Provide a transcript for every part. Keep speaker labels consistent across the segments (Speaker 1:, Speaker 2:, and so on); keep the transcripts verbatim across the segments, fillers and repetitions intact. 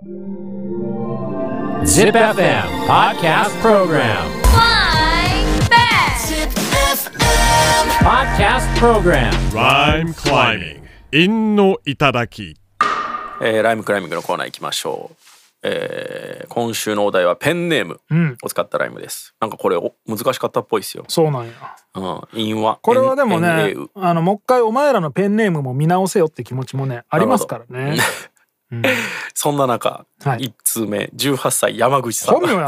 Speaker 1: Zip エフエム Podcast Program
Speaker 2: Flying Back
Speaker 1: Podcast Program
Speaker 3: Rhyme climbing 陰の頂き、
Speaker 4: えー、ライムクライミングのコーナー行きましょう。えー、今週のお題はペンネームを使ったライムです、うん、なんかこれお難しかったっぽいですよ。
Speaker 5: そうなんや、
Speaker 4: うん、韻は
Speaker 5: これはでもね
Speaker 4: エヌエー
Speaker 5: あのもう一回お前らのペンネームも見直せよって気持ちもねありますからね、うん、
Speaker 4: そんな中、はい、いち通目じゅうはっさい山口さん。
Speaker 5: 本名やろ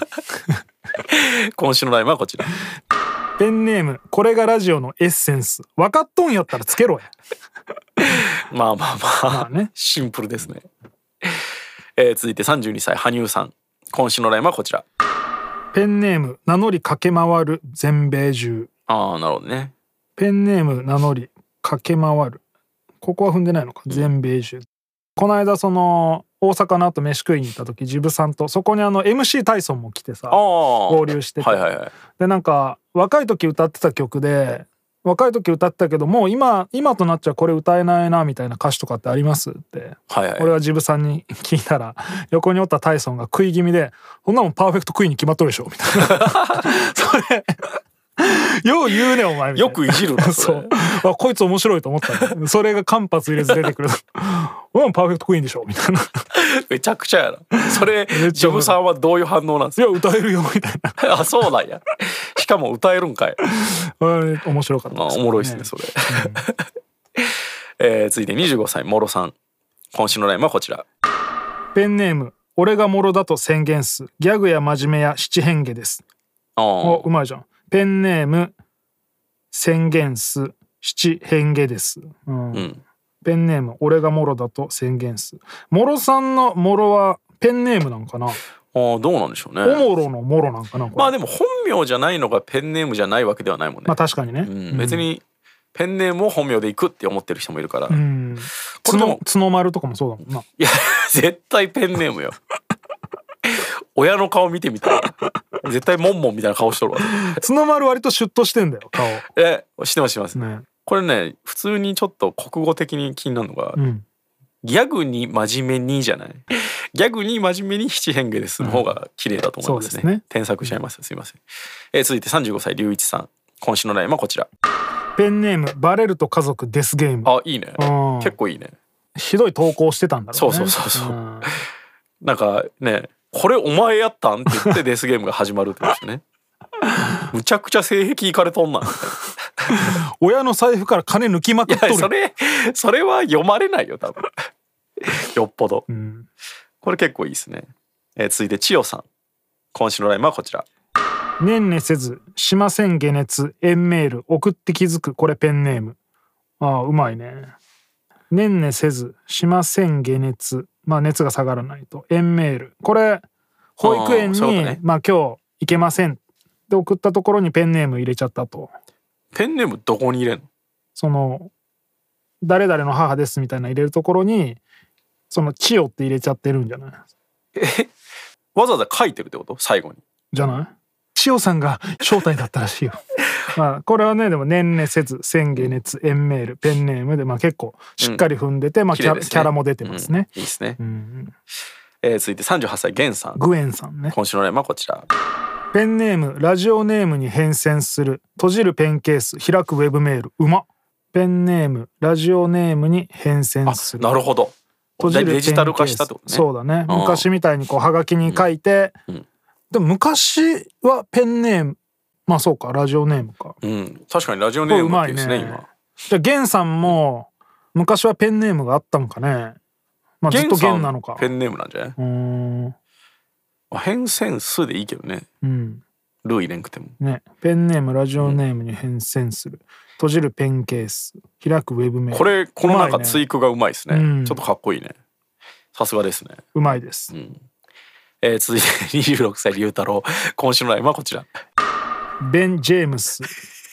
Speaker 4: 今週のライムはこちら。
Speaker 5: ペンネームこれがラジオのエッセンス、分かっとんやったらつけろや
Speaker 4: まあまあまあ、まあね、シンプルですね。えー、続いてさんじゅうにさい羽生さん。今週のライムはこちら。
Speaker 5: ペンネーム名乗り駆け回る全米中。
Speaker 4: ああなるほどね。
Speaker 5: ペンネーム名乗り駆け回る、ここは踏んでないのか、全米中。この間その大阪の後飯食いに行った時ジブさんとそこにあの エムシー タイソンも来てさ合流してて、はいはいはい、でなんか若い時歌ってた曲で若い時歌ってたけどもう今今となっちゃこれ歌えないなみたいな歌詞とかってありますって、はいはい、俺はジブさんに聞いたら横におったタイソンが食い気味でそんなもんパーフェクトクイーンに決まっとるでしょみたいなそれよう言うねお前みたいな。
Speaker 4: よくいじるなそれ。
Speaker 5: そうあこいつ面白いと思ったのそれが間髪入れず出てくるうんパーフェクトクイーンでしょみたいな
Speaker 4: めちゃくちゃやなそれ。ジョブさんはどういう反応なんですか。
Speaker 5: いや歌えるよみたいな
Speaker 4: あそうなんや。しかも歌えるんかい
Speaker 5: 面白かったです、ね、
Speaker 4: おもろいですねそれ、うんえー、続いてにじゅうごさいもろさん。今週のライムはこちら。
Speaker 5: ペンネーム俺がもろだと宣言す、ギャグや真面目や七変化です。おうまいじゃん。ペンネーム宣言す七変化です、うんうん、ペンネーム俺がもろだと宣言す。もろさんのもろはペンネームなんかな。あ
Speaker 4: どうなんでしょうね。
Speaker 5: おもろのもろなんかな。
Speaker 4: まあでも本名じゃないのがペンネームじゃないわけではないもんね。
Speaker 5: まあ確かにね、
Speaker 4: うん、別にペンネームを本名でいくって思ってる人もいるから、うん、
Speaker 5: これでも角丸とかもそうだもんな。い
Speaker 4: や絶対ペンネームよ親の顔見てみたら絶対モンモンみたいな顔しとるわ
Speaker 5: 角丸割とシュッとしてんだよ顔。
Speaker 4: えしてますしてます、ね、これね普通にちょっと国語的に気になるのが、うん、ギャグに真面目にじゃないギャグに真面目に七変化ですの方が綺麗だと思いますね、うん、ね添削しちゃいます。すいません、えー、続いてさんじゅうごさい龍一さん。今週のラインはこちら。
Speaker 5: ペンネームバレると家族デスゲーム。
Speaker 4: あいいね、結構いいね。
Speaker 5: ひどい投稿してたんだろうね。
Speaker 4: そうそうそうそう、うん、なんかねこれお前やったんって言ってデスゲームが始まるってことねむちゃくちゃ性癖いかれとんな
Speaker 5: 親の財布から金抜きまくっとる。
Speaker 4: いやそれそれは読まれないよ多分よっぽど、うん、これ結構いいですね、えー、続いて千代さん。今週のラインはこちら。
Speaker 5: ねんねせずしません解熱エンメール送って気づく、これペンネーム。ああうまいね。ねんねせずしません解熱、まあ熱が下がらないとエンメール、これ保育園に、ね、まあ今日行けませんって送ったところにペンネーム入れちゃったと。
Speaker 4: ペンネームどこに入れんの。
Speaker 5: その誰々の母ですみたいな入れるところにその千代って入れちゃってるんじゃない。
Speaker 4: えわざわざ書いてるってこと最後に
Speaker 5: じゃない。千代さんが正体だったらしいよまあこれはねでもねんねせず宣言熱エンメールペンネームで、まあ結構しっかり踏んでて、うん、まあキャ、ね、キャラも出てますね、
Speaker 4: うん、いいですね、うんえー、続いてさんじゅうはっさいゲンさん。
Speaker 5: グエンさんね。
Speaker 4: 今週のテーマはこちら。
Speaker 5: ペンネームラジオネームに変遷する、閉じるペンケース開くウェブメールうま。ペンネームラジオネームに変遷する。
Speaker 4: なるほど。閉じるペンケースデジタル化したってことね。
Speaker 5: そうだね。昔みたいにこうはがきに書いて、うんうん、でも昔はペンネーム、まあそうかラジオネームか、
Speaker 4: うん、確かにラジオネームってですね今。
Speaker 5: じゃあゲンさんも昔はペンネームがあったのかね。まあずっとゲンなのか。
Speaker 4: ペンネームなんじゃない。うーん変遷数でいいけどね、うん、ルー入れんくても
Speaker 5: ね。ペンネームラジオネームに変遷する、うん、閉じるペンケース開くウェブメール。
Speaker 4: これこのなんかツイークがうまいですね、うん、ちょっとかっこいいね。さすがですね。
Speaker 5: うまいです、
Speaker 4: うんえー、続いてにじゅうろくさい龍太郎。今週のラインはこちら。
Speaker 5: ベン・ジェームス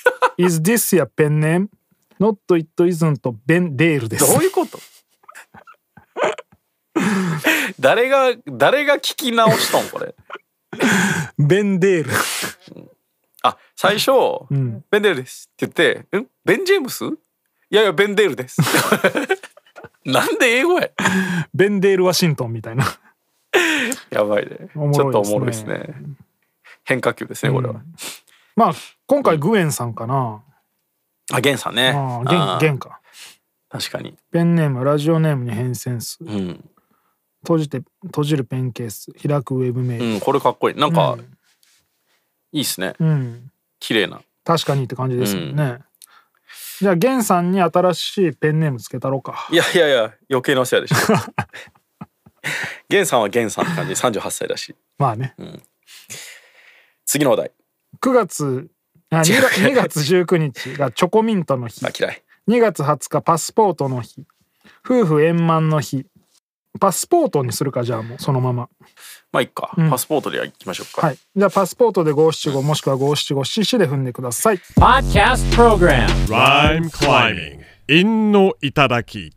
Speaker 5: Is this your pen name? Not it isn't ベン・デールです。
Speaker 4: どういうこと誰が誰が聞き直したんこれ。
Speaker 5: ベン・デール、
Speaker 4: うん、あ最初、うん、ベン・デールですって言ってんベン・ジェームスいやいやベン・デールですなんで英語や。
Speaker 5: ベン・デール・ワシントンみたいな
Speaker 4: やばいね。ちょっとおもろいですね。変化球ですねこれは、うん、
Speaker 5: まあ今回グエンさんかな、
Speaker 4: うん、あゲンさんね。
Speaker 5: あゲンゲンか。
Speaker 4: 確かに。
Speaker 5: ペンネームラジオネームに変遷数、
Speaker 4: うん、
Speaker 5: 閉じて閉じるペンケース開くウェブメール、
Speaker 4: うん、これかっこいい。なんか、うん、いいっすね。うん、綺麗な。
Speaker 5: 確かにって感じですよね、うん、じゃあゲンさんに新しいペンネームつけたろうか。
Speaker 4: いやいやいや余計なお世話でしょゲンさんはゲンさんって感じ。さんじゅうはっさいだし。
Speaker 5: まあね、
Speaker 4: うん、次のお題。
Speaker 5: くがつあ 2, 2月じゅうくにちがチョコミントの日。
Speaker 4: あ嫌い。
Speaker 5: にがつはつかパスポートの日、夫婦円満の日。パスポートにするか、じゃあもうそのまま。
Speaker 4: まあいっか、うん、パスポートでいきましょうか。
Speaker 5: はい。じゃあパスポートでごしちごもしくはごしちごシーシーで踏んでください。
Speaker 1: Podcast Program
Speaker 3: Rhyme Climbing 陰の頂き。